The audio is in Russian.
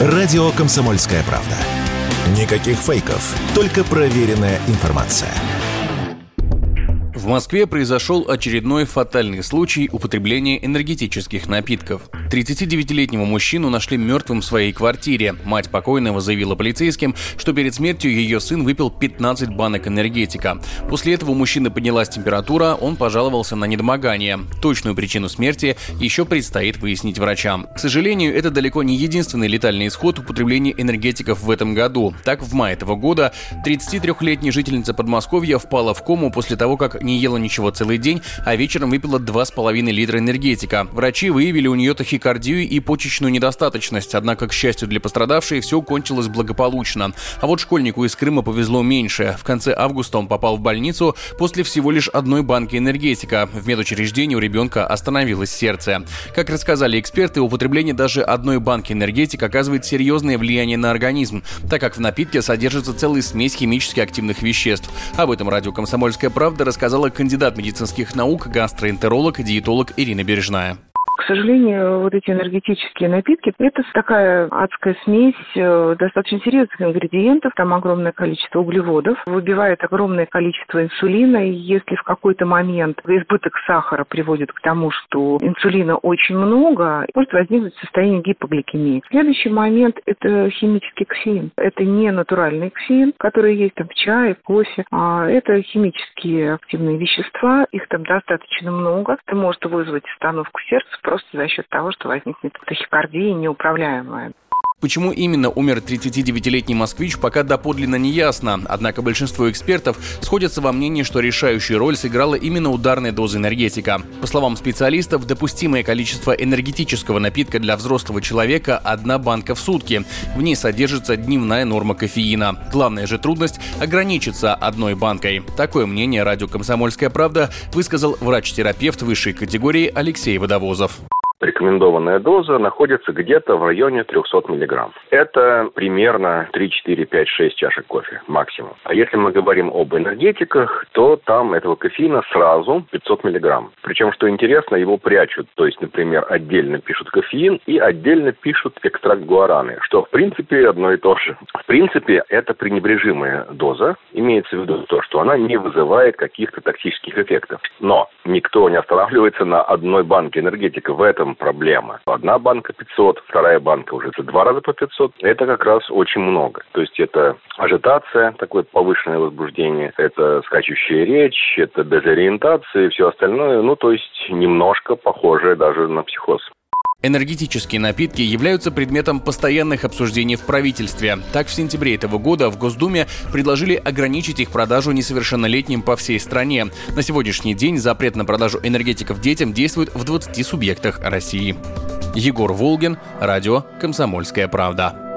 Радио «Комсомольская правда». Никаких фейков, только проверенная информация. В Москве произошел очередной фатальный случай употребления энергетических напитков. 39-летнего мужчину нашли мертвым в своей квартире. Мать покойного заявила полицейским, что перед смертью ее сын выпил 15 банок энергетика. После этого у мужчины поднялась температура, он пожаловался на недомогание. Точную причину смерти еще предстоит выяснить врачам. К сожалению, это далеко не единственный летальный исход употребления энергетиков в этом году. Так, в мае этого года 33-летняя жительница Подмосковья впала в кому после того, как не ела ничего целый день, а вечером выпила 2,5 литра энергетика. Врачи выявили у нее тахикардию и почечную недостаточность, однако, к счастью для пострадавшей, все кончилось благополучно. А вот школьнику из Крыма повезло меньше. В конце августа он попал в больницу после всего лишь одной банки энергетика. В медучреждении у ребенка остановилось сердце. Как рассказали эксперты, употребление даже одной банки энергетика оказывает серьезное влияние на организм, так как в напитке содержится целая смесь химически активных веществ. Об этом радио «Комсомольская правда» рассказала кандидат медицинских наук, гастроэнтеролог и диетолог Ирина Бережная. К сожалению, вот эти энергетические напитки – это такая адская смесь достаточно серьезных ингредиентов. Там огромное количество углеводов, выбивает огромное количество инсулина. И если в какой-то момент избыток сахара приводит к тому, что инсулина очень много, может возникнуть состояние гипогликемии. Следующий момент – это химический кофеин. Это не натуральный кофеин, который есть там в чае, в кофе, а это химические активные вещества. Их там достаточно много. Это может вызвать остановку сердца просто за счет того, что возникнет тахикардия неуправляемая. Почему именно умер 39-летний москвич, пока доподлинно не ясно. Однако большинство экспертов сходятся во мнении, что решающую роль сыграла именно ударная доза энергетика. По словам специалистов, допустимое количество энергетического напитка для взрослого человека – 1 банка в сутки. В ней содержится дневная норма кофеина. Главная же трудность – ограничиться 1 банкой. Такое мнение радио «Комсомольская правда» высказал врач-терапевт высшей категории Алексей Водовозов. Рекомендованная доза находится где-то в районе 300 мг. Это примерно 3, 4, 5, 6 чашек кофе максимум. А если мы говорим об энергетиках, то там этого кофеина сразу 500 мг. Причем, что интересно, его прячут. То есть, например, отдельно пишут кофеин и отдельно пишут экстракт гуараны, что в принципе одно и то же. В принципе, это пренебрежимая доза. Имеется в виду то, что она не вызывает каких-то токсических эффектов. Но никто не останавливается на 1 банке энергетика. В этом проблема. 1 банка 500, 2 банка уже за 2 раза по 500. Это как раз очень много. То есть это ажитация, такое повышенное возбуждение, это скачущая речь, это дезориентация и все остальное. То есть немножко похожее даже на психоз. Энергетические напитки являются предметом постоянных обсуждений в правительстве. Так, в сентябре этого года в Госдуме предложили ограничить их продажу несовершеннолетним по всей стране. На сегодняшний день запрет на продажу энергетиков детям действует в 20 субъектах России. Егор Волгин, радио «Комсомольская правда».